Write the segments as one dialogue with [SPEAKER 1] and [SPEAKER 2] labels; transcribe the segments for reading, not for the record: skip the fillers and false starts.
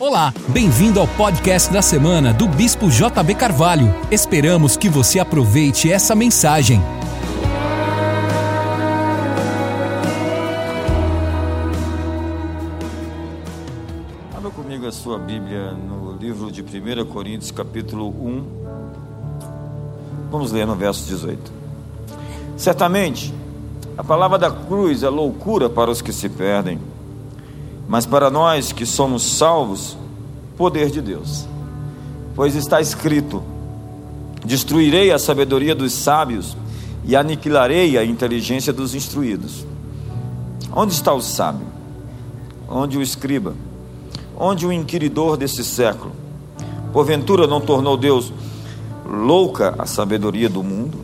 [SPEAKER 1] Olá, bem-vindo ao podcast da semana do Bispo JB Carvalho. Esperamos que você aproveite essa mensagem.
[SPEAKER 2] Abra comigo a sua Bíblia no livro de 1 Coríntios, capítulo 1. Vamos ler no verso 18. Certamente, a palavra da cruz é loucura para os que se perdem, mas para nós que somos salvos, poder de Deus. Pois está escrito: destruirei a sabedoria dos sábios e aniquilarei a inteligência dos instruídos. Onde está o sábio? Onde o escriba? Onde o inquiridor desse século? Porventura não tornou Deus louca a sabedoria do mundo?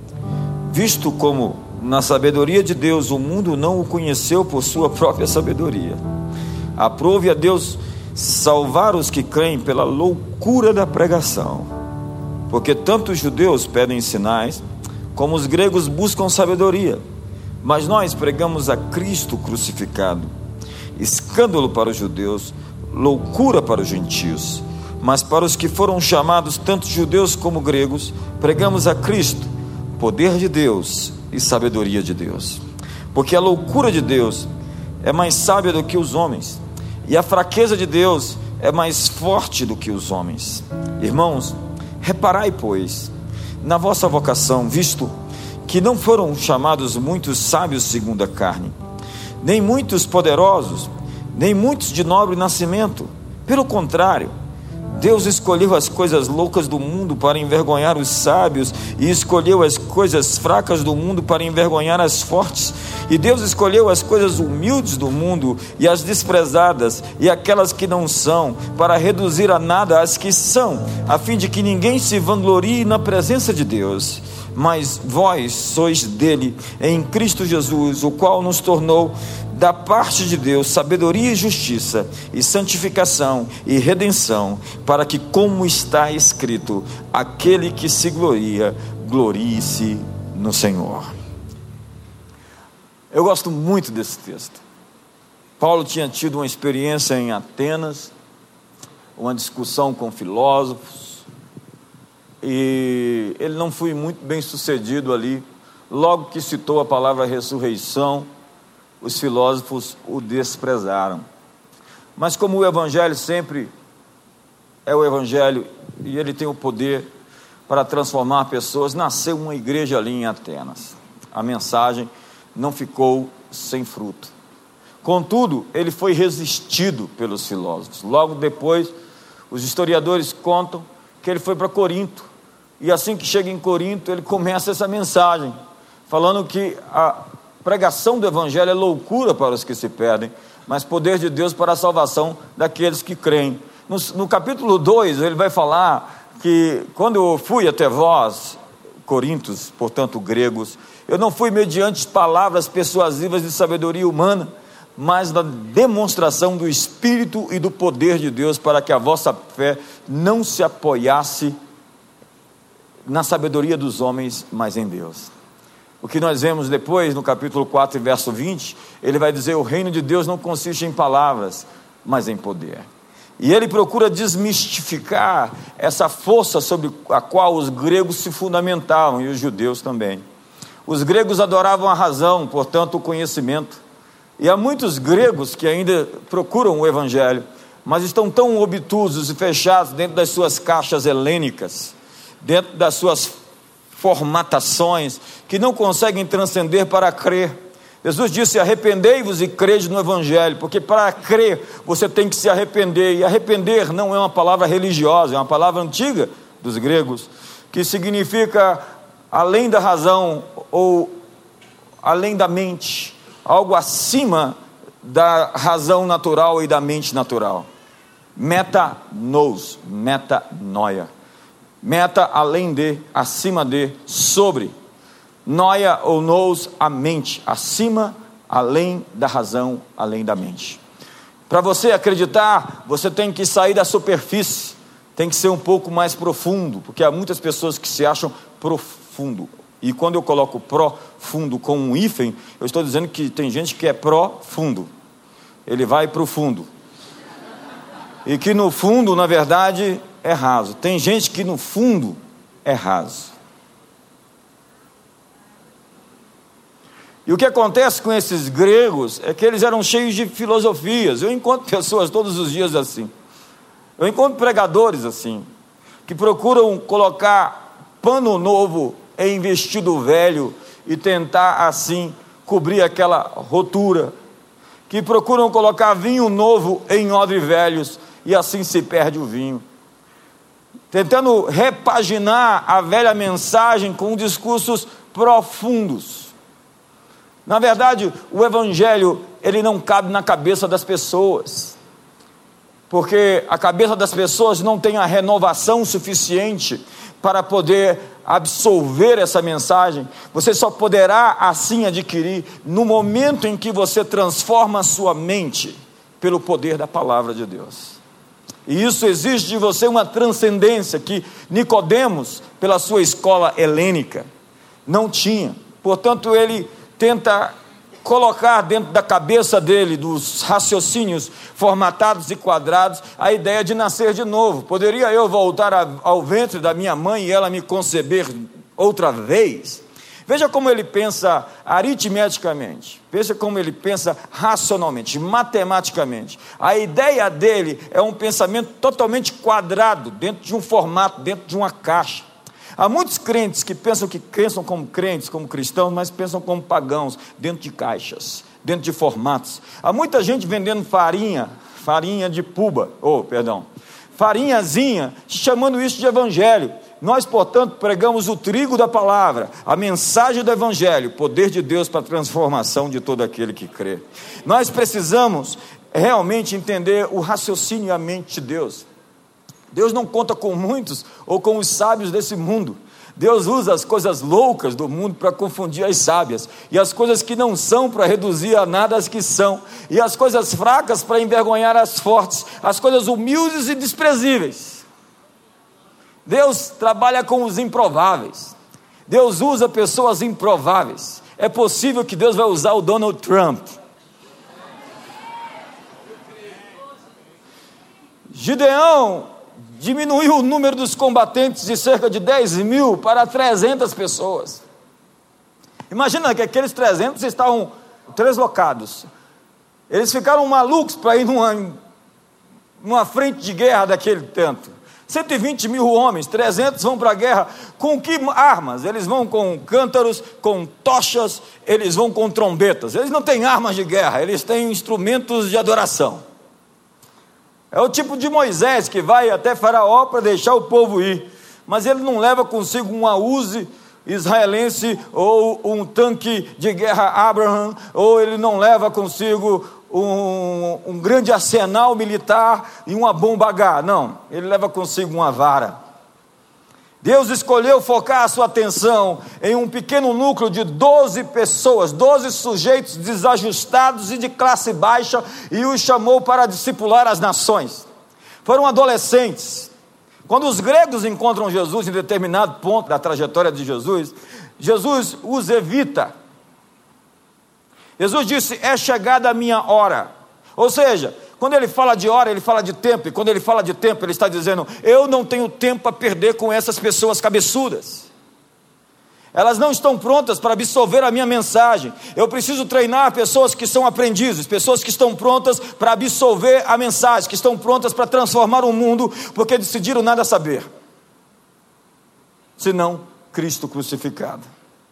[SPEAKER 2] Visto como na sabedoria de Deus o mundo não o conheceu por sua própria sabedoria, aprove a Deus salvar os que creem pela loucura da pregação, porque tanto os judeus pedem sinais, como os gregos buscam sabedoria. Mas nós pregamos a Cristo crucificado, escândalo para os judeus, loucura para os gentios. Mas para os que foram chamados, tanto judeus como gregos, pregamos a Cristo, poder de Deus e sabedoria de Deus. Porque a loucura de Deus é mais sábia do que os homens, e a fraqueza de Deus é mais forte do que os homens. Irmãos, reparai, pois, na vossa vocação, visto que não foram chamados muitos sábios segundo a carne, nem muitos poderosos, nem muitos de nobre nascimento. Pelo contrário, Deus escolheu as coisas loucas do mundo para envergonhar os sábios, e escolheu as coisas fracas do mundo para envergonhar as fortes. E Deus escolheu as coisas humildes do mundo e as desprezadas e aquelas que não são, para reduzir a nada as que são, a fim de que ninguém se vanglorie na presença de Deus. Mas vós sois dele, em Cristo Jesus, o qual nos tornou da parte de Deus sabedoria e justiça, e santificação e redenção, para que, como está escrito, aquele que se gloria, glorie-se no Senhor. Eu gosto muito desse texto. Paulo tinha tido uma experiência em Atenas, uma discussão com filósofos, e ele não foi muito bem sucedido ali. Logo que citou a palavra ressurreição, os filósofos o desprezaram. Mas como o Evangelho sempre é o Evangelho, e ele tem o poder para transformar pessoas, nasceu uma igreja ali em Atenas. A mensagem não ficou sem fruto. Contudo, ele foi resistido pelos filósofos. Logo depois, os historiadores contam que ele foi para Corinto, e assim que chega em Corinto, ele começa essa mensagem, falando que a pregação do Evangelho é loucura para os que se perdem, mas poder de Deus para a salvação daqueles que creem. No capítulo 2, ele vai falar que quando eu fui até vós, coríntios, portanto gregos, eu não fui mediante palavras persuasivas de sabedoria humana, mas na demonstração do Espírito e do poder de Deus, para que a vossa fé não se apoiasse na sabedoria dos homens, mas em Deus. O que nós vemos depois, no capítulo 4, verso 20, ele vai dizer: o reino de Deus não consiste em palavras, mas em poder. E ele procura desmistificar essa força sobre a qual os gregos se fundamentavam, e os judeus também. Os gregos adoravam a razão, portanto o conhecimento. E há muitos gregos que ainda procuram o Evangelho, mas estão tão obtusos e fechados dentro das suas caixas helênicas, dentro das suas formatações, que não conseguem transcender para crer. Jesus disse: arrependei-vos e crede no Evangelho, porque para crer você tem que se arrepender, e arrepender não é uma palavra religiosa, é uma palavra antiga dos gregos, que significa além da razão ou além da mente, algo acima da razão natural e da mente natural. Meta-nous, metanoia. Meta, além de, acima de, sobre. Noia ou nous, a mente, acima, além da razão, além da mente. Para você acreditar, você tem que sair da superfície, tem que ser um pouco mais profundo, porque há muitas pessoas que se acham profundo. E quando eu coloco profundo com um hífen, eu estou dizendo que tem gente que é profundo. Ele vai para o fundo. e que no fundo, na verdade, é raso. Tem gente que no fundo é raso. E o que acontece com esses gregos é que eles eram cheios de filosofias. Eu encontro pessoas todos os dias assim. Eu encontro pregadores assim, que procuram colocar pano novo em vestido velho e tentar assim cobrir aquela rotura, que procuram colocar vinho novo em odres velhos e assim se perde o vinho, tentando repaginar a velha mensagem com discursos profundos. Na verdade, o evangelho, ele não cabe na cabeça das pessoas, porque a cabeça das pessoas não tem a renovação suficiente para poder absorver essa mensagem. Você só poderá assim adquirir no momento em que você transforma a sua mente pelo poder da palavra de Deus. E isso exige de você uma transcendência que Nicodemos, pela sua escola helênica, não tinha. Portanto, ele tenta colocar dentro da cabeça dele, dos raciocínios formatados e quadrados, a ideia de nascer de novo. Poderia eu voltar ao ventre da minha mãe e ela me conceber outra vez? Veja como ele pensa aritmeticamente, veja como ele pensa racionalmente, matematicamente. A ideia dele é um pensamento totalmente quadrado, dentro de um formato, dentro de uma caixa. Há muitos crentes que pensam como crentes, como cristãos, mas pensam como pagãos, dentro de caixas, dentro de formatos. Há muita gente vendendo farinha de puba, farinhazinha, chamando isso de evangelho. Nós, portanto, pregamos o trigo da palavra, a mensagem do evangelho, poder de Deus para a transformação de todo aquele que crê. Nós precisamos realmente entender o raciocínio e a mente de Deus. Deus não conta com muitos ou com os sábios desse mundo. Deus usa as coisas loucas do mundo para confundir as sábias, e as coisas que não são para reduzir a nada as que são, e as coisas fracas para envergonhar as fortes, as coisas humildes e desprezíveis. Deus trabalha com os improváveis. Deus usa pessoas improváveis. É possível que Deus vai usar o Donald Trump. Gideão diminuiu o número dos combatentes de cerca de 10 mil para 300 pessoas. Imagina que aqueles 300 estavam deslocados. Eles ficaram malucos para ir numa frente de guerra daquele tanto. 120 mil homens, 300 vão para a guerra. Com que armas? Eles vão com cântaros, com tochas, eles vão com trombetas. Eles não têm armas de guerra, eles têm instrumentos de adoração. É o tipo de Moisés que vai até Faraó para deixar o povo ir, mas ele não leva consigo uma Uzi israelense ou um tanque de guerra Abraham, ou ele não leva consigo um grande arsenal militar e uma bomba H. Não, ele leva consigo uma vara. Deus escolheu focar a sua atenção em um pequeno núcleo de 12 pessoas, 12 sujeitos desajustados e de classe baixa, e os chamou para discipular as nações. Foram adolescentes. Quando os gregos encontram Jesus em determinado ponto da trajetória de Jesus, Jesus os evita. Jesus disse: é chegada a minha hora. Ou seja, quando ele fala de hora, ele fala de tempo. E quando ele fala de tempo, ele está dizendo: eu não tenho tempo a perder com essas pessoas cabeçudas. Elas não estão prontas para absorver a minha mensagem. Eu preciso treinar pessoas que são aprendizes, pessoas que estão prontas para absorver a mensagem, que estão prontas para transformar o mundo, porque decidiram nada saber, senão Cristo crucificado.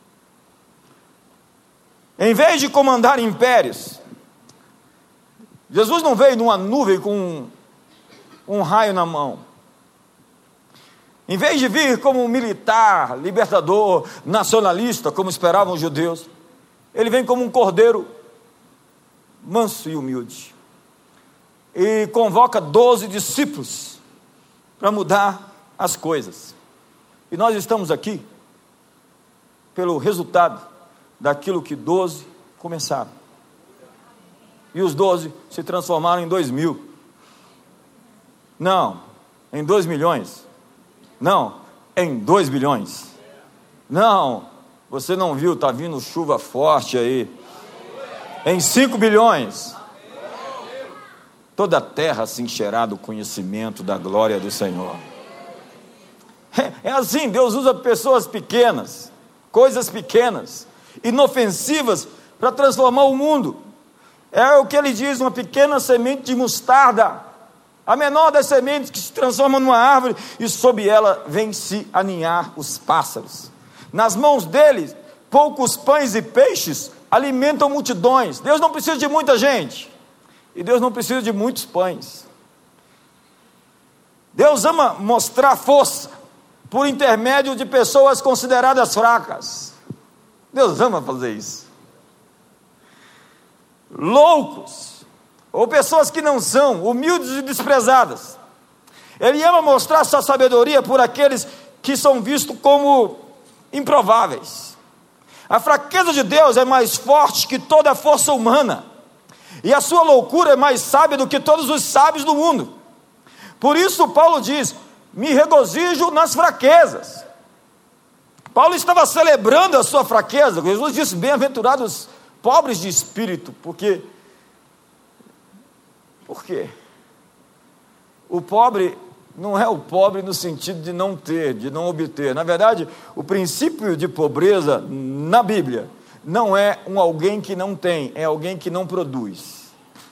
[SPEAKER 2] Em vez de comandar impérios, Jesus não veio numa nuvem com um raio na mão. Em vez de vir como um militar, libertador, nacionalista, como esperavam os judeus, ele vem como um cordeiro manso e humilde. E convoca 12 discípulos para mudar as coisas. E nós estamos aqui pelo resultado daquilo que 12 começaram. E os 12 se transformaram em 2.000. Não, em 2 milhões. Não, em 2 bilhões. Não, você não viu, está vindo chuva forte aí. Em 5 bilhões. toda a terra se encherá do conhecimento da glória do Senhor. É assim, Deus usa pessoas pequenas, coisas pequenas, inofensivas, para transformar o mundo. É o que ele diz, uma pequena semente de mostarda, a menor das sementes, que se transforma numa árvore, e sob ela vem se aninhar os pássaros. Nas mãos dele, poucos pães e peixes alimentam multidões. Deus não precisa de muita gente, e Deus não precisa de muitos pães. Deus ama mostrar força por intermédio de pessoas consideradas fracas. Deus ama fazer isso. Loucos, ou pessoas que não são, humildes e desprezadas. Ele ama mostrar sua sabedoria por aqueles que são vistos como improváveis. A fraqueza de Deus é mais forte que toda a força humana, e a sua loucura é mais sábia do que todos os sábios do mundo. Por isso Paulo diz: me regozijo nas fraquezas. Paulo estava celebrando a sua fraqueza. Jesus disse: bem-aventurados pobres de espírito. Por quê? O pobre não é o pobre no sentido de não ter, de não obter. Na verdade, o princípio de pobreza na Bíblia não é alguém que não tem, é alguém que não produz.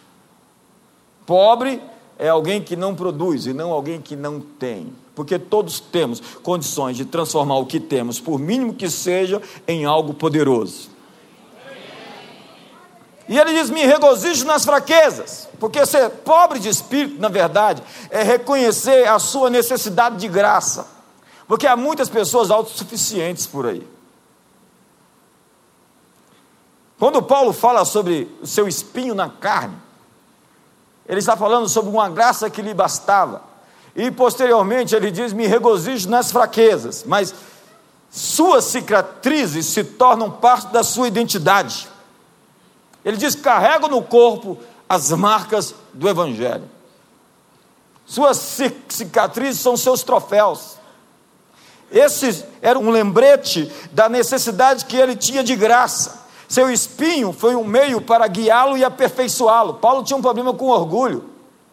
[SPEAKER 2] Pobre é alguém que não produz e não alguém que não tem, porque todos temos condições de transformar o que temos, por mínimo que seja, em algo poderoso. E ele diz: me regozijo nas fraquezas, porque ser pobre de espírito, na verdade, é reconhecer a sua necessidade de graça, porque há muitas pessoas autossuficientes por aí. Quando Paulo fala sobre o seu espinho na carne, ele está falando sobre uma graça que lhe bastava. E posteriormente ele diz: me regozijo nas fraquezas, mas suas cicatrizes se tornam parte da sua identidade. Ele diz: carrego no corpo as marcas do Evangelho. Suas cicatrizes são seus troféus. Esse era um lembrete da necessidade que ele tinha de graça. Seu espinho foi um meio para guiá-lo e aperfeiçoá-lo. Paulo tinha um problema com orgulho.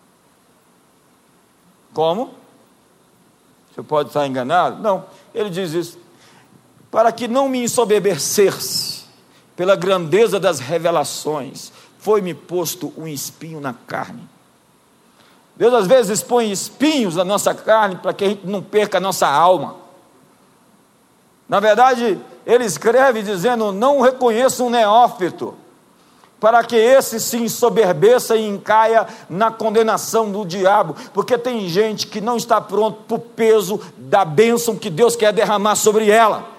[SPEAKER 2] Como? Você pode estar enganado? Não, ele diz isso: para que não me ensoberbecesse pela grandeza das revelações, foi-me posto um espinho na carne. Deus às vezes põe espinhos na nossa carne para que a gente não perca a nossa alma. Na verdade, ele escreve dizendo: não reconheço um neófito, para que esse se ensoberbeça e encaia na condenação do diabo, porque tem gente que não está pronto para o peso da bênção que Deus quer derramar sobre ela.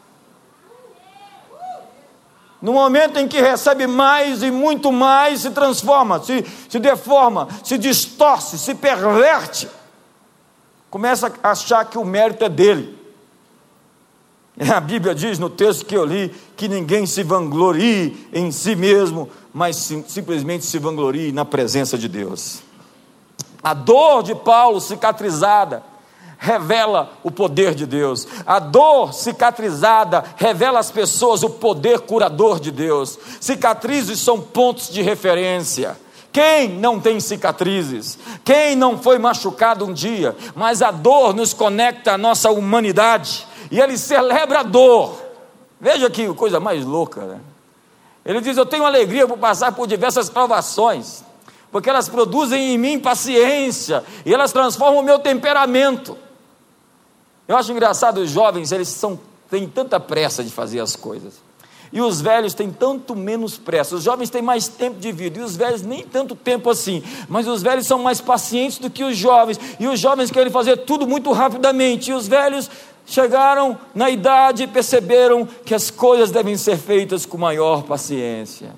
[SPEAKER 2] No momento em que recebe mais e muito mais, se transforma, se deforma, se distorce, se perverte, começa a achar que o mérito é dele. A Bíblia diz no texto que eu li, que ninguém se vanglorie em si mesmo, mas simplesmente se vanglorie na presença de Deus. A dor de Paulo cicatrizada revela o poder de Deus. A dor cicatrizada revela às pessoas o poder curador de Deus. Cicatrizes são pontos de referência. Quem não tem cicatrizes? Quem não foi machucado um dia? Mas a dor nos conecta à nossa humanidade, e ele celebra a dor. Veja que coisa mais louca, né? Ele diz: eu tenho alegria por passar por diversas provações, porque elas produzem em mim paciência, e elas transformam o meu temperamento. Eu acho engraçado, os jovens, eles têm tanta pressa de fazer as coisas, e os velhos têm tanto menos pressa. Os jovens têm mais tempo de vida, e os velhos nem tanto tempo assim, mas os velhos são mais pacientes do que os jovens, e os jovens querem fazer tudo muito rapidamente, e os velhos chegaram na idade e perceberam que as coisas devem ser feitas com maior paciência,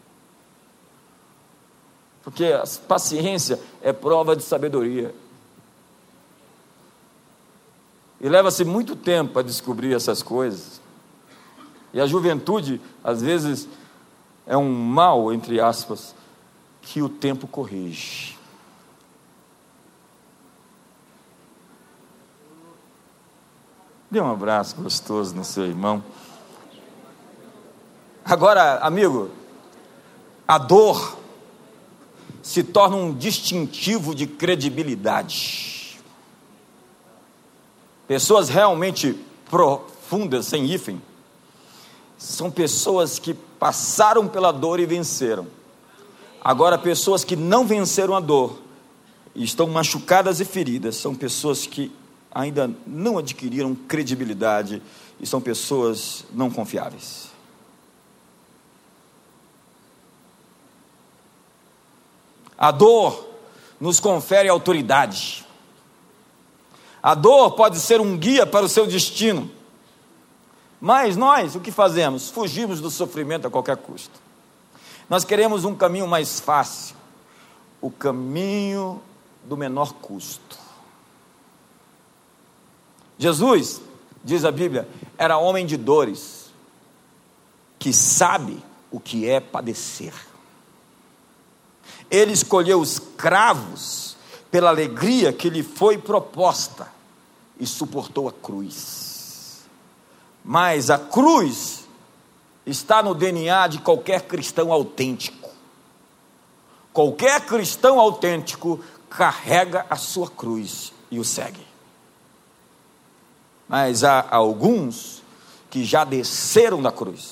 [SPEAKER 2] porque a paciência é prova de sabedoria, e leva-se muito tempo para descobrir essas coisas. E a juventude, às vezes, é um mal, entre aspas, que o tempo corrige. Dê um abraço gostoso no seu irmão. Agora, amigo, a dor se torna um distintivo de credibilidade. Pessoas realmente profundas, sem hífen, são pessoas que passaram pela dor e venceram. Agora, pessoas que não venceram a dor e estão machucadas e feridas, são pessoas que ainda não adquiriram credibilidade e são pessoas não confiáveis. A dor nos confere autoridade. A dor pode ser um guia para o seu destino. Mas nós, o que fazemos? Fugimos do sofrimento a qualquer custo. Nós queremos um caminho mais fácil, o caminho do menor custo. Jesus, diz a Bíblia, era homem de dores, que sabe o que é padecer. Ele escolheu os cravos pela alegria que lhe foi proposta e suportou a cruz. Mas a cruz está no DNA de qualquer cristão autêntico. Qualquer cristão autêntico carrega a sua cruz e o segue. Mas há alguns que já desceram da cruz.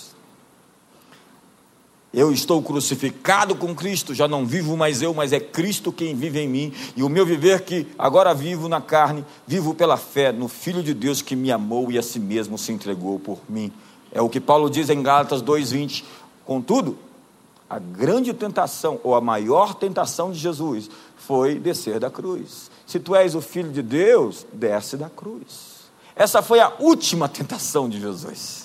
[SPEAKER 2] Eu estou crucificado com Cristo, já não vivo mais eu, mas é Cristo quem vive em mim, e o meu viver que agora vivo na carne, vivo pela fé no Filho de Deus que me amou e a si mesmo se entregou por mim. É o que Paulo diz em Gálatas 2:20. Contudo, a grande tentação, ou a maior tentação de Jesus, foi descer da cruz. Se tu és o Filho de Deus, desce da cruz. Essa foi a última tentação de Jesus.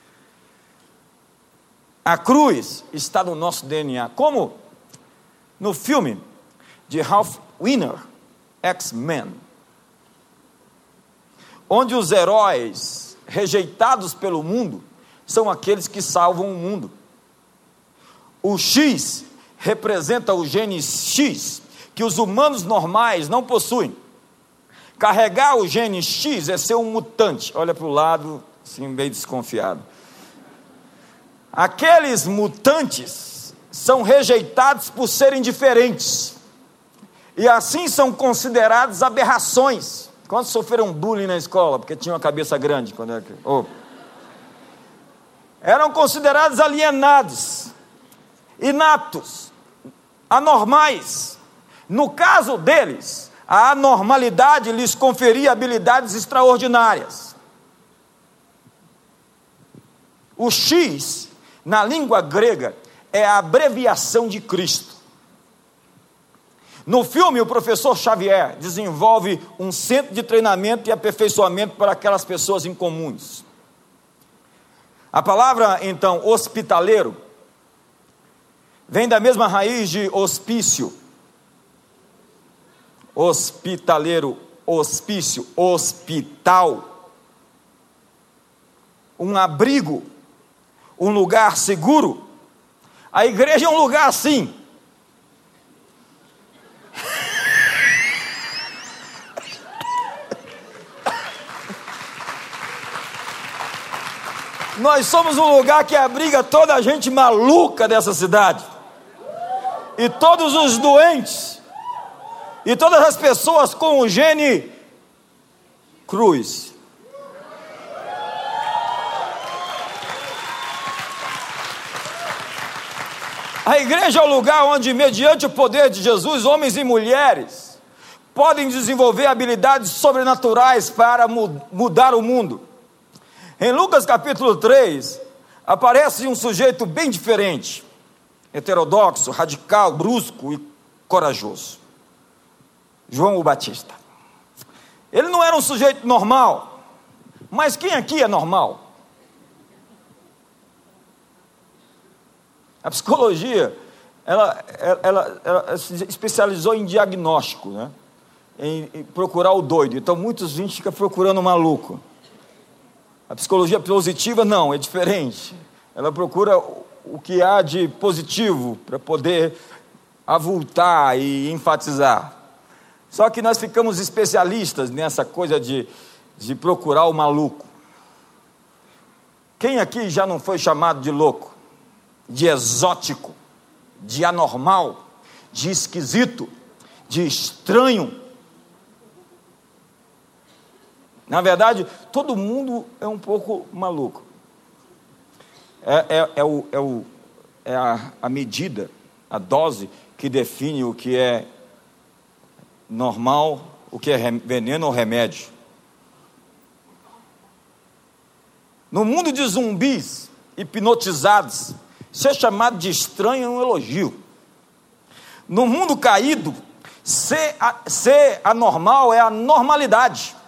[SPEAKER 2] A cruz está no nosso DNA, como no filme de Ralph Winner, X-Men, onde os heróis rejeitados pelo mundo são aqueles que salvam o mundo. O X representa o gene X, que os humanos normais não possuem. Carregar o gene X é ser um mutante. Olha para o lado, assim, meio desconfiado. Aqueles mutantes são rejeitados por serem diferentes, e assim são considerados aberrações. Quantos sofreram bullying na escola, porque tinham a cabeça grande? Eram considerados alienados, inatos, anormais. No caso deles, a anormalidade lhes conferia habilidades extraordinárias. O X, na língua grega, é a abreviação de Cristo. No filme, o professor Xavier desenvolve um centro de treinamento e aperfeiçoamento para aquelas pessoas incomuns. A palavra, então, hospitaleiro, vem da mesma raiz de hospício. Hospitaleiro, hospício, hospital. Um abrigo, um lugar seguro. A igreja é um lugar assim. Nós somos um lugar que abriga toda a gente maluca dessa cidade, e todos os doentes, e todas as pessoas com o gene cruz. A igreja é o lugar onde, mediante o poder de Jesus, homens e mulheres podem desenvolver habilidades sobrenaturais para mudar o mundo. Em Lucas capítulo 3, aparece um sujeito bem diferente, heterodoxo, radical, brusco e corajoso. João o Batista. Ele não era um sujeito normal, mas quem aqui é normal? A psicologia, ela se especializou em diagnóstico, né? Em procurar o doido. Então muitos gente ficam procurando o maluco. A psicologia positiva não, é diferente. Ela procura o que há de positivo para poder avultar e enfatizar. Só que nós ficamos especialistas nessa coisa de procurar o maluco. Quem aqui já não foi chamado de louco, de exótico, de anormal, de esquisito, de estranho. Na verdade, todo mundo é um pouco maluco. É a medida, a dose que define o que é normal, o que é veneno ou remédio. No mundo de zumbis hipnotizados, ser chamado de estranho é um elogio. No mundo caído, ser anormal é a normalidade.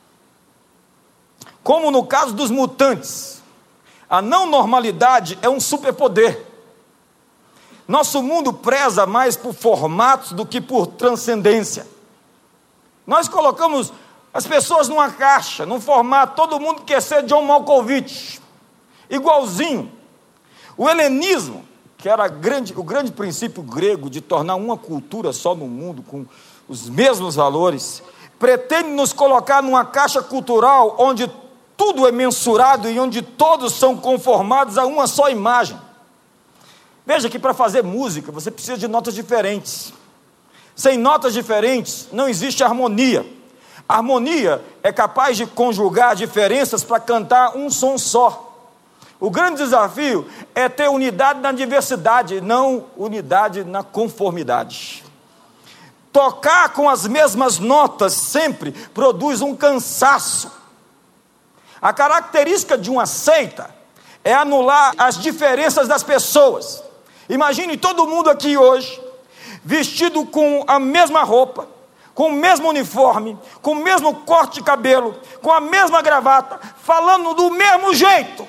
[SPEAKER 2] Como no caso dos mutantes, a não normalidade é um superpoder. Nosso mundo preza mais por formatos do que por transcendência. Nós colocamos as pessoas numa caixa, num formato, todo mundo quer ser John Malkovich, igualzinho. O helenismo, que era o grande princípio grego de tornar uma cultura só no mundo, com os mesmos valores, pretende nos colocar numa caixa cultural onde tudo é mensurado e onde todos são conformados a uma só imagem. Veja que para fazer música você precisa de notas diferentes. Sem notas diferentes não existe harmonia. A harmonia é capaz de conjugar diferenças para cantar um som só. O grande desafio é ter unidade na diversidade, não unidade na conformidade. Tocar com as mesmas notas sempre produz um cansaço. A característica de uma seita é anular as diferenças das pessoas. Imagine todo mundo aqui hoje, vestido com a mesma roupa, com o mesmo uniforme, com o mesmo corte de cabelo, com a mesma gravata, falando do mesmo jeito.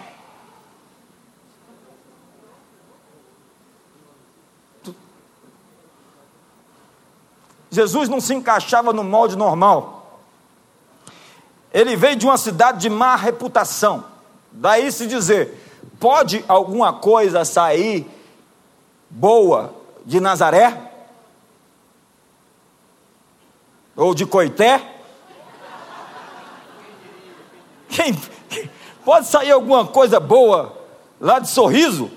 [SPEAKER 2] Jesus não se encaixava no molde normal. Ele veio de uma cidade de má reputação. Daí se dizer, pode alguma coisa sair boa de Nazaré? Ou de Coité? Pode sair alguma coisa boa lá de Sorriso?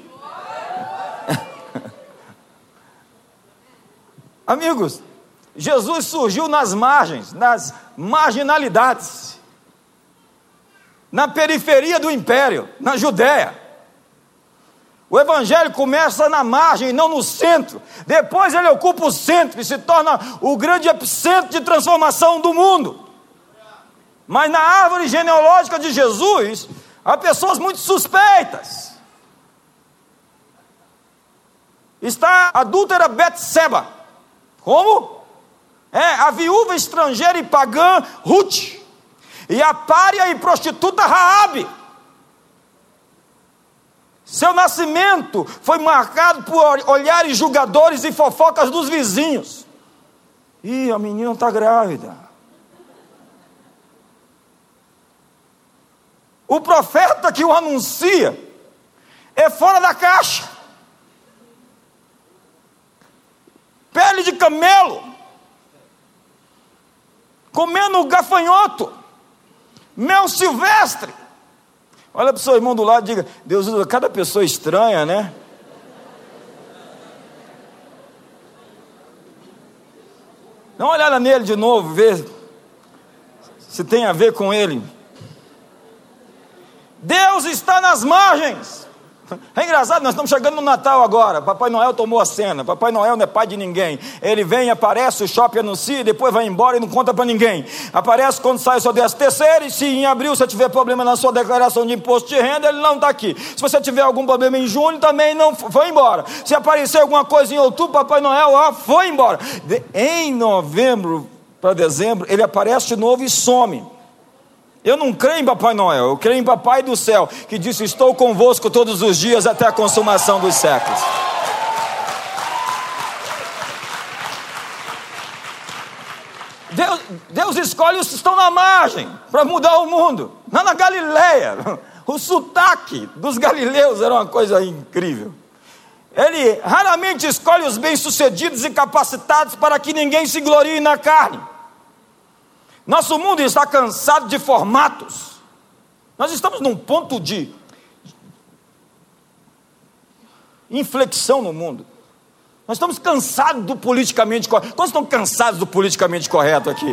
[SPEAKER 2] Amigos, Jesus surgiu nas margens, nas marginalidades, na periferia do império, na Judéia. O evangelho começa na margem, não no centro. Depois ele ocupa o centro e se torna o grande epicentro de transformação do mundo. Mas na árvore genealógica de Jesus, há pessoas muito suspeitas. Está a adúltera Betseba. Como? A viúva estrangeira e pagã Ruth. E a pária e prostituta Raabe. Seu nascimento foi marcado por olhares julgadores e fofocas dos vizinhos. Ih, a menina está grávida. O profeta que o anuncia é fora da caixa. Pele de camelo, comendo gafanhoto, mel silvestre. Olha para o seu irmão do lado e diga: Deus usa cada pessoa estranha, né? Dá uma olhada nele de novo, vê se tem a ver com ele. Deus está nas margens. É engraçado, nós estamos chegando no Natal agora. Papai Noel tomou a cena. Papai Noel não é pai de ninguém. Ele vem, aparece, o shopping anuncia, depois vai embora e não conta para ninguém. Aparece quando sai o seu 13º, e se em abril você tiver problema na sua declaração de imposto de renda, ele não está aqui. Se você tiver algum problema em junho, também não foi embora. Se aparecer alguma coisa em outubro, Papai Noel foi embora. Em novembro para dezembro, ele aparece de novo e some. Eu não creio em Papai Noel, eu creio em Papai do Céu, que disse: estou convosco todos os dias até a consumação dos séculos. Deus escolhe os que estão na margem para mudar o mundo. Lá na Galileia, o sotaque dos galileus era uma coisa incrível. Ele raramente escolhe os bem-sucedidos e capacitados para que ninguém se glorie na carne. Nosso mundo está cansado de formatos. Nós estamos num ponto de inflexão no mundo, Nós estamos cansados do politicamente correto. Quantos estão cansados do politicamente correto aqui?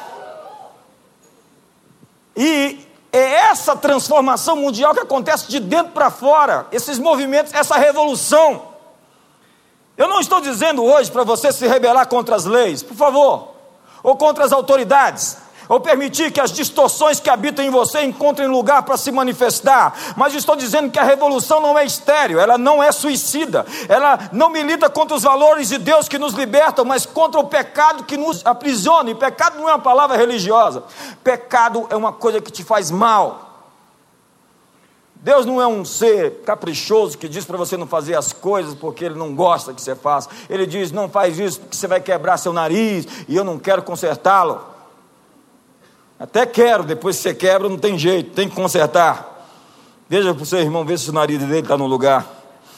[SPEAKER 2] E é essa transformação mundial que acontece de dentro para fora, esses movimentos, essa revolução. Eu não estou dizendo hoje para você se rebelar contra as leis, por favor, ou contra as autoridades, ou permitir que as distorções que habitam em você encontrem lugar para se manifestar, mas estou dizendo que a revolução não é estéril, ela não é suicida, ela não milita contra os valores de Deus que nos libertam, mas contra o pecado que nos aprisiona. E pecado não é uma palavra religiosa, pecado é uma coisa que te faz mal. Deus não é um ser caprichoso que diz para você não fazer as coisas porque Ele não gosta que você faça. Ele diz, não faz isso porque você vai quebrar seu nariz e eu não quero consertá-lo. Até quero, depois que você quebra não tem jeito, tem que consertar. Veja para o seu irmão, vê se o nariz dele está no lugar.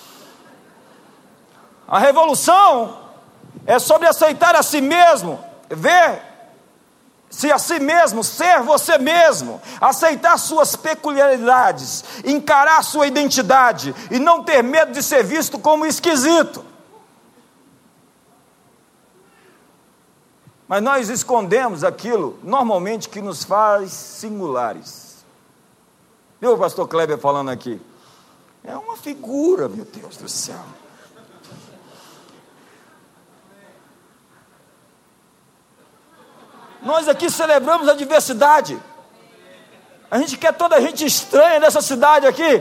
[SPEAKER 2] A revolução é sobre aceitar a si mesmo, ver-se a si mesmo, ser você mesmo, aceitar suas peculiaridades, encarar sua identidade e não ter medo de ser visto como esquisito. Mas nós escondemos aquilo, normalmente, que nos faz singulares. Viu o pastor Kleber falando aqui? É uma figura, meu Deus do céu. Nós aqui celebramos a diversidade. A gente quer toda a gente estranha dessa cidade aqui.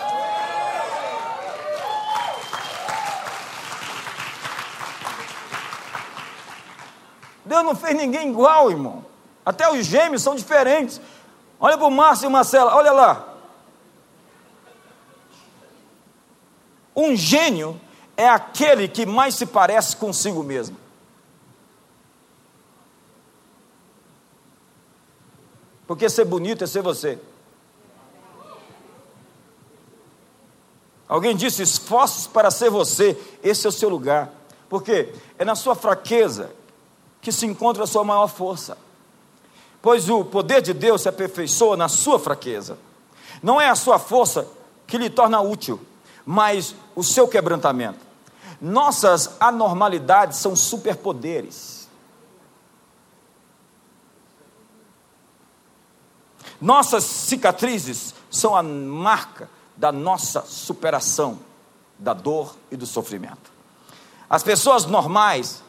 [SPEAKER 2] Deus não fez ninguém igual, irmão. Até os gêmeos são diferentes. Olha para o Márcio e Marcela, olha lá. Um gênio é aquele que mais se parece consigo mesmo. Porque ser bonito é ser você. Alguém disse, esforce para ser você. Esse é o seu lugar. Porque é na sua fraqueza que se encontra a sua maior força, pois o poder de Deus se aperfeiçoa na sua fraqueza. Não é a sua força que lhe torna útil, mas o seu quebrantamento. Nossas anormalidades são superpoderes. Nossas cicatrizes são a marca da nossa superação da dor e do sofrimento. As pessoas normais,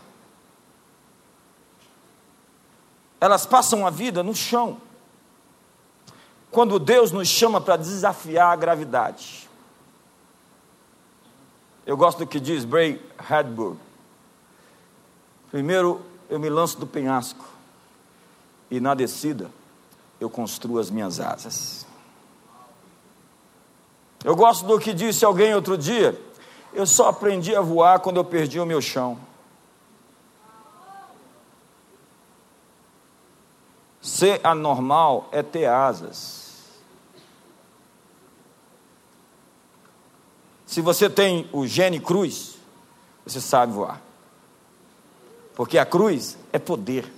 [SPEAKER 2] elas passam a vida no chão, quando Deus nos chama para desafiar a gravidade. Eu gosto do que diz Ray Bradbury: primeiro eu me lanço do penhasco, e na descida eu construo as minhas asas. Eu gosto do que disse alguém outro dia: eu só aprendi a voar quando eu perdi o meu chão. Ser anormal é ter asas. Se você tem o gene cruz, você sabe voar. Porque a cruz é poder.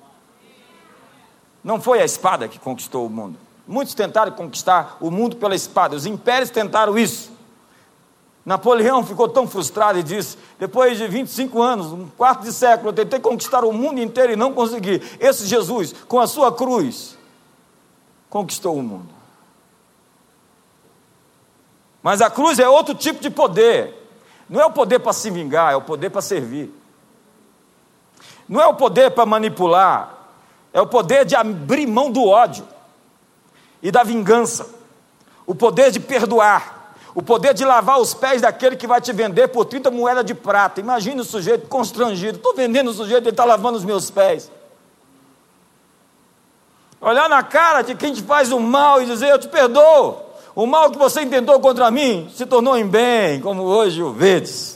[SPEAKER 2] Não foi a espada que conquistou o mundo. Muitos tentaram conquistar o mundo pela espada. Os impérios tentaram isso. Napoleão ficou tão frustrado e disse: depois de 25 anos, um quarto de século, eu tentei conquistar o mundo inteiro e não consegui. Esse Jesus, com a sua cruz, conquistou o mundo. Mas a cruz é outro tipo de poder. Não é o poder para se vingar, é o poder para servir. Não é o poder para manipular, é o poder de abrir mão do ódio e da vingança. O poder de perdoar. O poder de lavar os pés daquele que vai te vender por 30 moedas de prata. Imagina o sujeito constrangido. Estou vendendo o sujeito, ele está lavando os meus pés. Olhar na cara de quem te faz o mal e dizer: eu te perdoo. O mal que você intentou contra mim se tornou em bem, como hoje o vedes.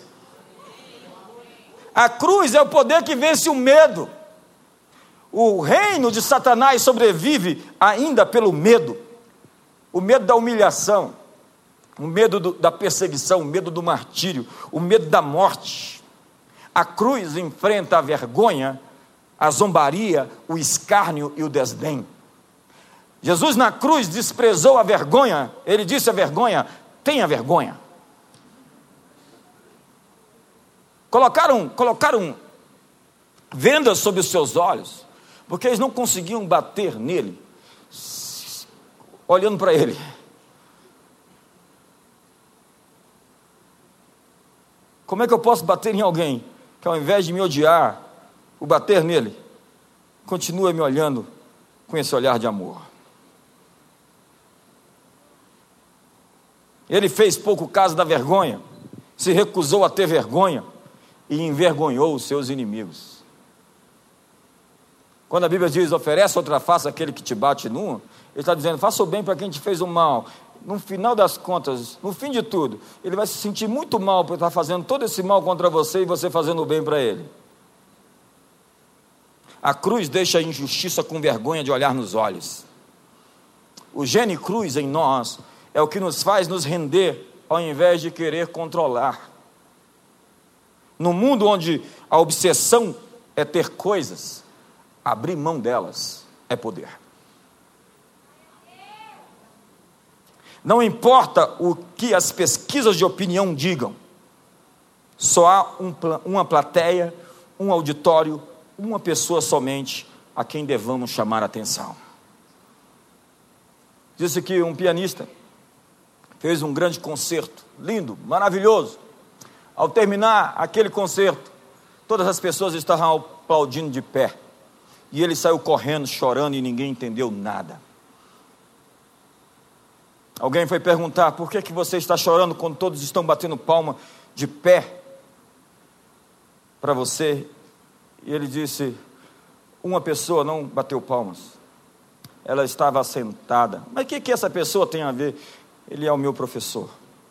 [SPEAKER 2] A cruz é o poder que vence o medo. O reino de Satanás sobrevive ainda pelo medo. O medo da humilhação, o medo da perseguição, o medo do martírio, o medo da morte. A cruz enfrenta a vergonha, a zombaria, o escárnio e o desdém. Jesus na cruz desprezou a vergonha. Ele disse à vergonha: tenha vergonha. Colocaram vendas sobre os seus olhos, porque eles não conseguiam bater nele, olhando para ele. Como é que eu posso bater em alguém que, ao invés de me odiar, o bater nele, continua me olhando com esse olhar de amor? Ele fez pouco caso da vergonha, se recusou a ter vergonha e envergonhou os seus inimigos. Quando a Bíblia diz, oferece outra face àquele que te bate numa, ele está dizendo, faça o bem para quem te fez o mal. No final das contas, no fim de tudo, ele vai se sentir muito mal por estar fazendo todo esse mal contra você e você fazendo o bem para ele. A cruz deixa a injustiça com vergonha de olhar nos olhos. O gene cruz em nós é o que nos faz nos render ao invés de querer controlar. No mundo onde a obsessão é ter coisas, abrir mão delas é poder. Não importa o que as pesquisas de opinião digam, só há uma plateia, um auditório, uma pessoa somente a quem devamos chamar a atenção. Disse que um pianista fez um grande concerto, lindo, maravilhoso. Ao terminar aquele concerto, todas as pessoas estavam aplaudindo de pé, e ele saiu correndo, chorando, e ninguém entendeu nada. Alguém foi perguntar, por que você está chorando quando todos estão batendo palma de pé para você? E ele disse, uma pessoa não bateu palmas, ela estava sentada. Mas o que essa pessoa tem a ver? Ele é o meu professor.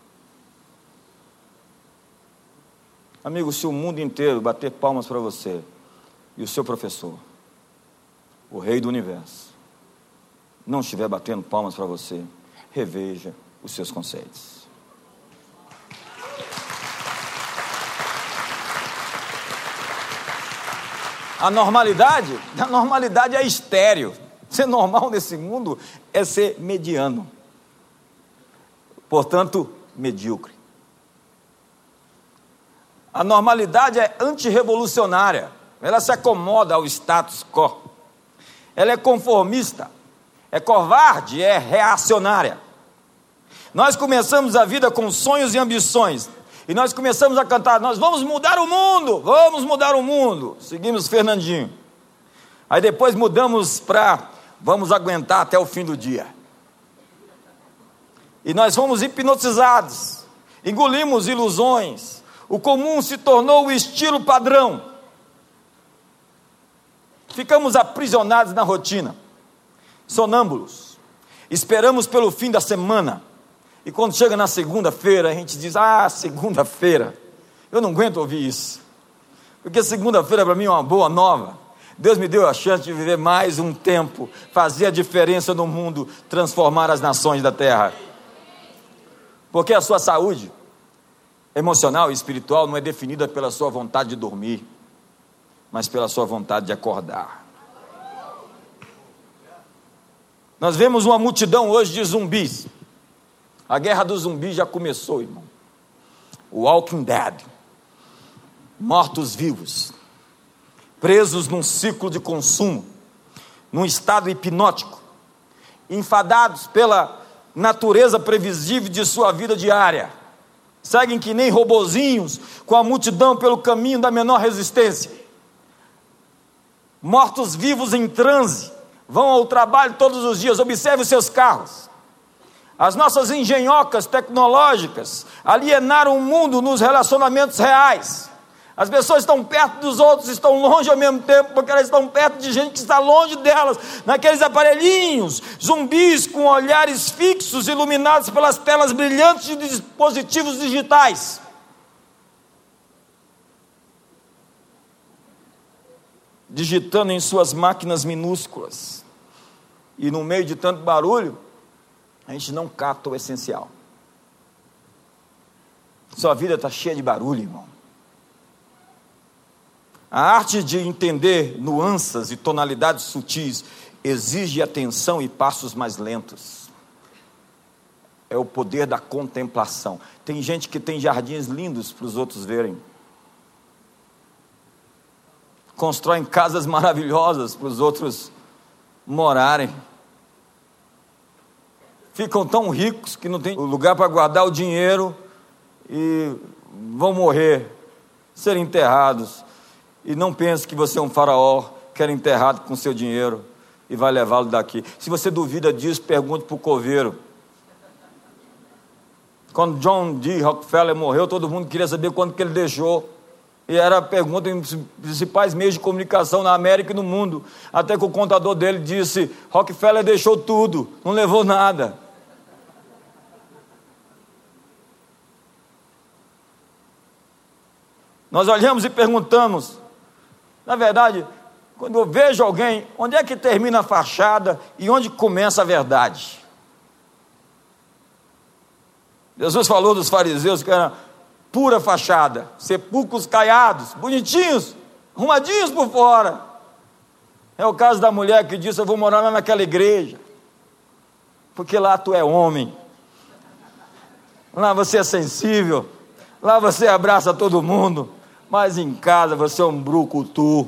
[SPEAKER 2] Amigo, se o mundo inteiro bater palmas para você, e o seu professor, o rei do universo, não estiver batendo palmas para você, reveja os seus conceitos. A normalidade é estéril. Ser normal nesse mundo é ser mediano, portanto, medíocre. A normalidade é antirrevolucionária, ela se acomoda ao status quo, ela é conformista, é covarde, é reacionária. Nós começamos a vida com sonhos e ambições, e nós começamos a cantar, nós vamos mudar o mundo, seguimos Fernandinho, aí depois mudamos para, vamos aguentar até o fim do dia, e nós fomos hipnotizados, engolimos ilusões, o comum se tornou o estilo padrão, ficamos aprisionados na rotina, sonâmbulos, esperamos pelo fim da semana, e quando chega na segunda-feira, a gente diz, segunda-feira, eu não aguento ouvir isso, porque segunda-feira para mim é uma boa nova, Deus me deu a chance de viver mais um tempo, fazer a diferença no mundo, transformar as nações da terra, porque a sua saúde emocional e espiritual não é definida pela sua vontade de dormir, mas pela sua vontade de acordar. Nós vemos uma multidão hoje de zumbis. A guerra dos zumbis já começou, irmão. Walking Dead. Mortos-vivos. Presos num ciclo de consumo. Num estado hipnótico. Enfadados pela natureza previsível de sua vida diária. Seguem que nem robozinhos, com a multidão pelo caminho da menor resistência. Mortos-vivos em transe. Vão ao trabalho todos os dias, observe os seus carros. As nossas engenhocas tecnológicas alienaram o mundo nos relacionamentos reais. As pessoas estão perto dos outros, estão longe ao mesmo tempo, porque elas estão perto de gente que está longe delas, naqueles aparelhinhos, zumbis com olhares fixos, iluminados pelas telas brilhantes de dispositivos digitais. Digitando em suas máquinas minúsculas, e no meio de tanto barulho, a gente não capta o essencial. Sua vida está cheia de barulho, irmão. A arte de entender nuances e tonalidades sutis exige atenção e passos mais lentos. É o poder da contemplação. Tem gente que tem jardins lindos para os outros verem, constroem casas maravilhosas para os outros morarem. Ficam tão ricos que não tem lugar para guardar o dinheiro e vão morrer, ser enterrados. E não pense que você é um faraó, que era enterrado com seu dinheiro e vai levá-lo daqui. Se você duvida disso, pergunte para o coveiro. Quando John D. Rockefeller morreu, todo mundo queria saber quanto que ele deixou. E era a pergunta em principais meios de comunicação na América e no mundo. Até que o contador dele disse: Rockefeller deixou tudo, não levou nada. Nós olhamos e perguntamos, na verdade, quando eu vejo alguém, onde é que termina a fachada e onde começa a verdade? Jesus falou dos fariseus que era pura fachada, sepulcros caiados, bonitinhos, arrumadinhos por fora. É o caso da mulher que disse: eu vou morar lá naquela igreja, porque lá tu é homem, lá você é sensível, lá você abraça todo mundo, mas em casa você é um brucutu,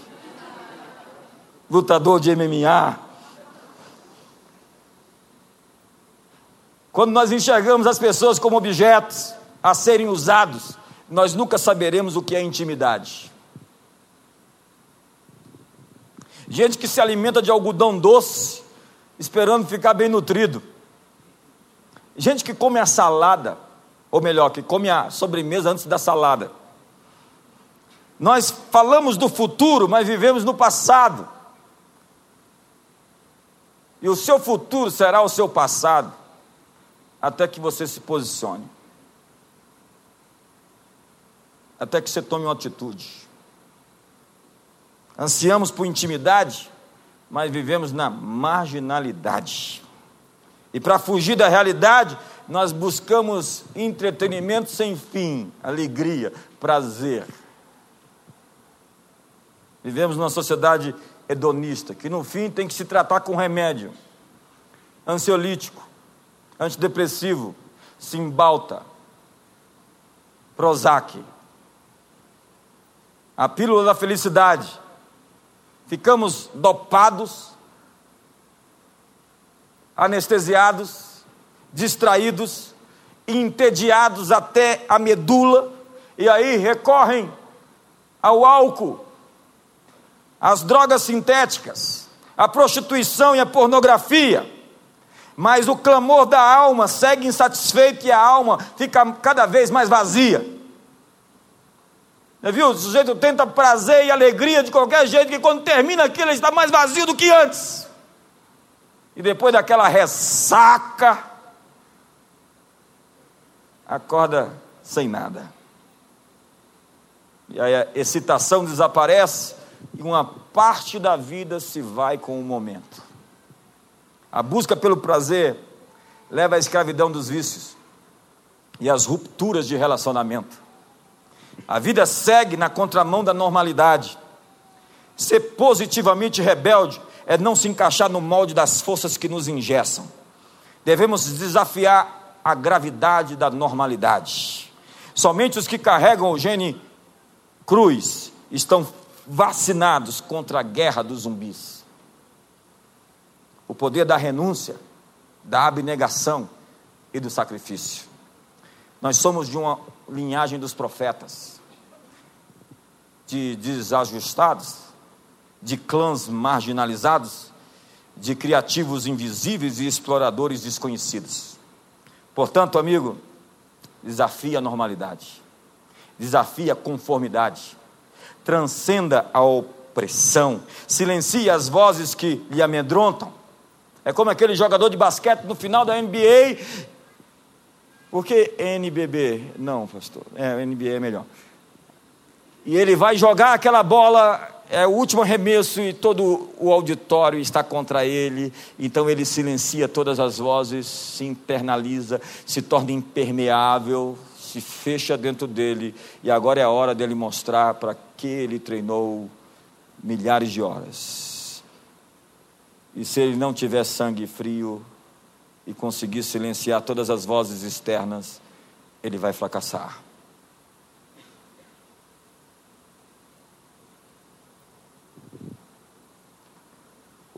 [SPEAKER 2] lutador de MMA. Quando nós enxergamos as pessoas como objetos a serem usados, nós nunca saberemos o que é intimidade. Gente que se alimenta de algodão doce, esperando ficar bem nutrido. Gente que come a salada, ou melhor, que come a sobremesa antes da salada. Nós falamos do futuro, mas vivemos no passado. E o seu futuro será o seu passado, até que você se posicione, até que você tome uma atitude. Ansiamos por intimidade, mas vivemos na marginalidade. E para fugir da realidade, nós buscamos entretenimento sem fim, alegria, prazer. Vivemos numa sociedade hedonista, que no fim tem que se tratar com remédio, ansiolítico, antidepressivo, Cymbalta, Prozac, a pílula da felicidade. Ficamos dopados, anestesiados, distraídos, entediados até a medula, e aí recorrem ao álcool, às drogas sintéticas, à prostituição e à pornografia. Mas o clamor da alma segue insatisfeito e a alma fica cada vez mais vazia. Já viu? O sujeito tenta prazer e alegria de qualquer jeito, que quando termina aquilo ele está mais vazio do que antes. E depois daquela ressaca, acorda sem nada. E aí a excitação desaparece e uma parte da vida se vai com o momento. A busca pelo prazer leva à escravidão dos vícios e às rupturas de relacionamento. A vida segue na contramão da normalidade. Ser positivamente rebelde é não se encaixar no molde das forças que nos engessam. Devemos desafiar a gravidade da normalidade. Somente os que carregam o gene cruz estão vacinados contra a guerra dos zumbis. O poder da renúncia, da abnegação e do sacrifício. Nós somos de uma linhagem dos profetas, de desajustados, de clãs marginalizados, de criativos invisíveis e exploradores desconhecidos. Portanto, amigo, desafie a normalidade, desafie a conformidade, transcenda a opressão, silencie as vozes que lhe amedrontam. É como aquele jogador de basquete no final da NBA. Por que NBB? Não, pastor, NBA é melhor. E ele vai jogar aquela bola, é o último arremesso e todo o auditório está contra ele. Então ele silencia todas as vozes, se internaliza, se torna impermeável, se fecha dentro dele. E agora é a hora dele mostrar para que ele treinou milhares de horas. E se ele não tiver sangue frio e conseguir silenciar todas as vozes externas, ele vai fracassar.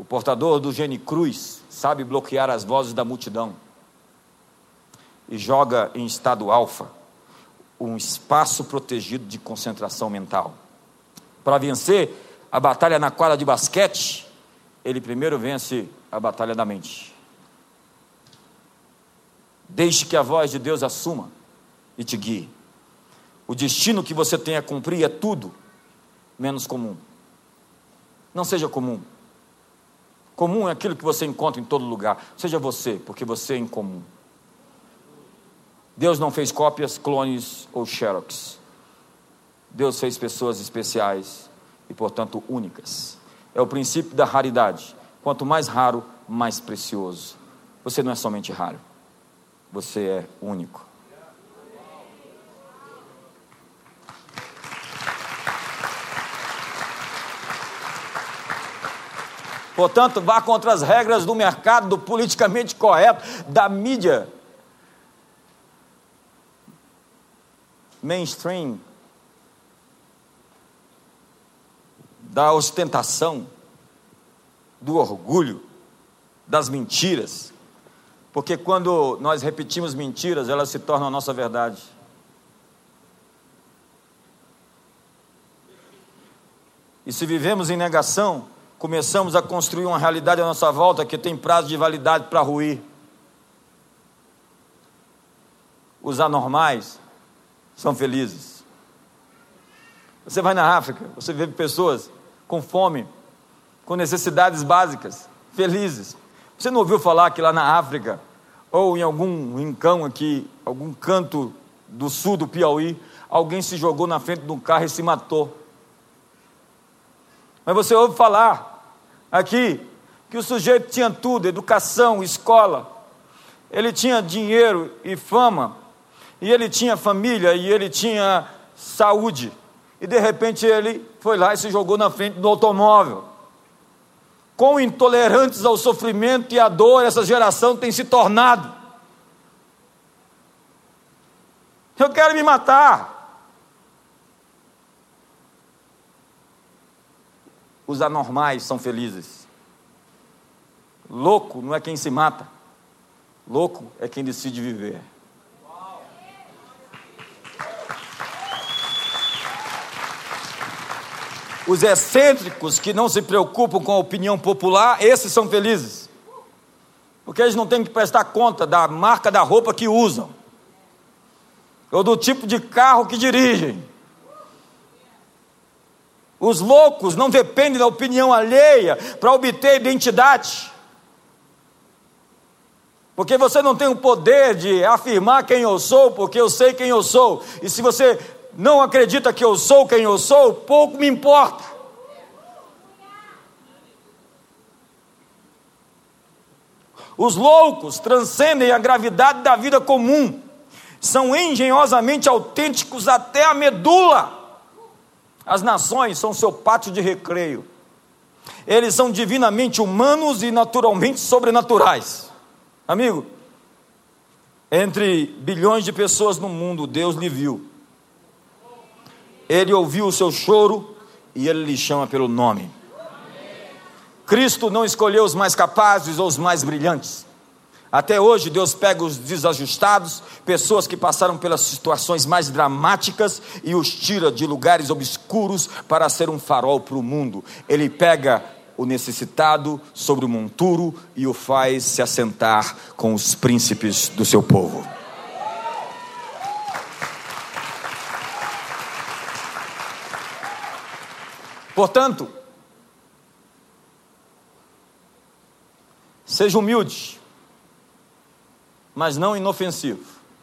[SPEAKER 2] portador do gene cruz sabe bloquear as vozes da multidão e joga em estado alfa um espaço protegido de concentração mental. Para vencer a batalha na quadra de basquete, ele primeiro vence a batalha da mente. Deixe que a voz de Deus assuma e te guie. O destino que você tem a cumprir é tudo menos comum. Não seja comum. Comum é aquilo que você encontra em todo lugar. Seja você, porque você é incomum. Deus não fez cópias, clones ou xerox. Deus fez pessoas especiais e, portanto, únicas. É o princípio da raridade. Quanto mais raro, mais precioso. Você não é somente raro. Você é único. Portanto, vá contra as regras do mercado, do politicamente correto, da mídia mainstream, da ostentação, do orgulho, das mentiras. Porque quando nós repetimos mentiras, elas se tornam a nossa verdade. E se vivemos em negação, começamos a construir uma realidade à nossa volta que tem prazo de validade para ruir. Os anormais são felizes. Você vai na África, você vê pessoas com fome, com necessidades básicas, felizes. Você não ouviu falar que lá na África, ou em algum rincão aqui, algum canto do sul do Piauí, alguém se jogou na frente de um carro e se matou? Mas você ouve falar aqui que o sujeito tinha tudo, educação, escola, ele tinha dinheiro e fama, e ele tinha família, e ele tinha saúde, e de repente ele foi lá e se jogou na frente do automóvel. Quão intolerantes ao sofrimento e à dor essa geração tem se tornado. Eu quero me matar. Os anormais são felizes. Louco não é quem se mata. Louco é quem decide viver. Os excêntricos que não se preocupam com a opinião popular, esses são felizes. Porque eles não têm que prestar conta da marca da roupa que usam, ou do tipo de carro que dirigem. Os loucos não dependem da opinião alheia para obter identidade. Porque você não tem o poder de afirmar quem eu sou, porque eu sei quem eu sou. E se você não acredita que eu sou quem eu sou, pouco me importa. Os loucos transcendem a gravidade da vida comum, são engenhosamente autênticos até a medula. As nações são seu pátio de recreio. Eles são divinamente humanos e naturalmente sobrenaturais. Amigo, entre bilhões de pessoas no mundo, Deus lhe viu. Ele ouviu o seu choro e Ele lhe chama pelo nome. Cristo não escolheu os mais capazes ou os mais brilhantes. Até hoje Deus pega os desajustados, pessoas que passaram pelas situações mais dramáticas, e os tira de lugares obscuros para ser um farol para o mundo. Ele pega o necessitado sobre o monturo e o faz se assentar com os príncipes do seu povo. Portanto, seja humilde, mas não inofensivo.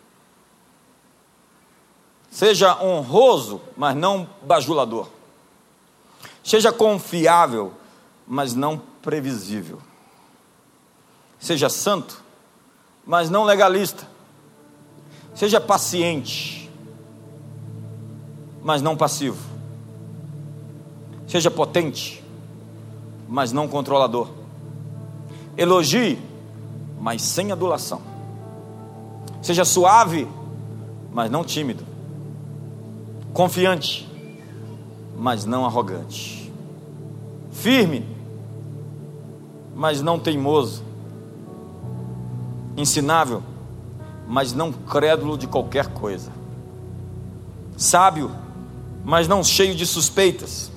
[SPEAKER 2] Seja honroso, mas não bajulador. Seja confiável, mas não previsível. Seja santo, mas não legalista. Seja paciente, mas não passivo. Seja potente, mas não controlador. Elogie, mas sem adulação. Seja suave, mas não tímido. Confiante, mas não arrogante. Firme, mas não teimoso, ensinável, mas não crédulo de qualquer coisa, sábio, mas não cheio de suspeitas,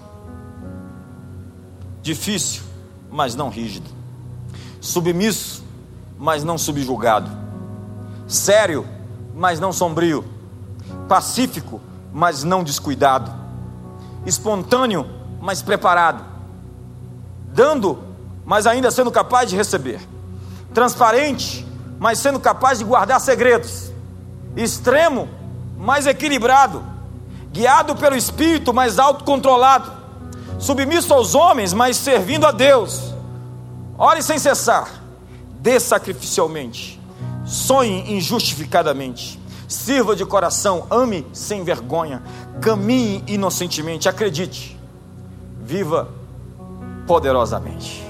[SPEAKER 2] difícil, mas não rígido, submisso, mas não subjugado, sério, mas não sombrio, pacífico, mas não descuidado, espontâneo, mas preparado, dando, mas ainda sendo capaz de receber, transparente, mas sendo capaz de guardar segredos, extremo, mas equilibrado, guiado pelo Espírito, mas autocontrolado, submisso aos homens, mas servindo a Deus. Ore sem cessar, dê sacrificialmente, sonhe injustificadamente, sirva de coração, ame sem vergonha, caminhe inocentemente, acredite, viva poderosamente.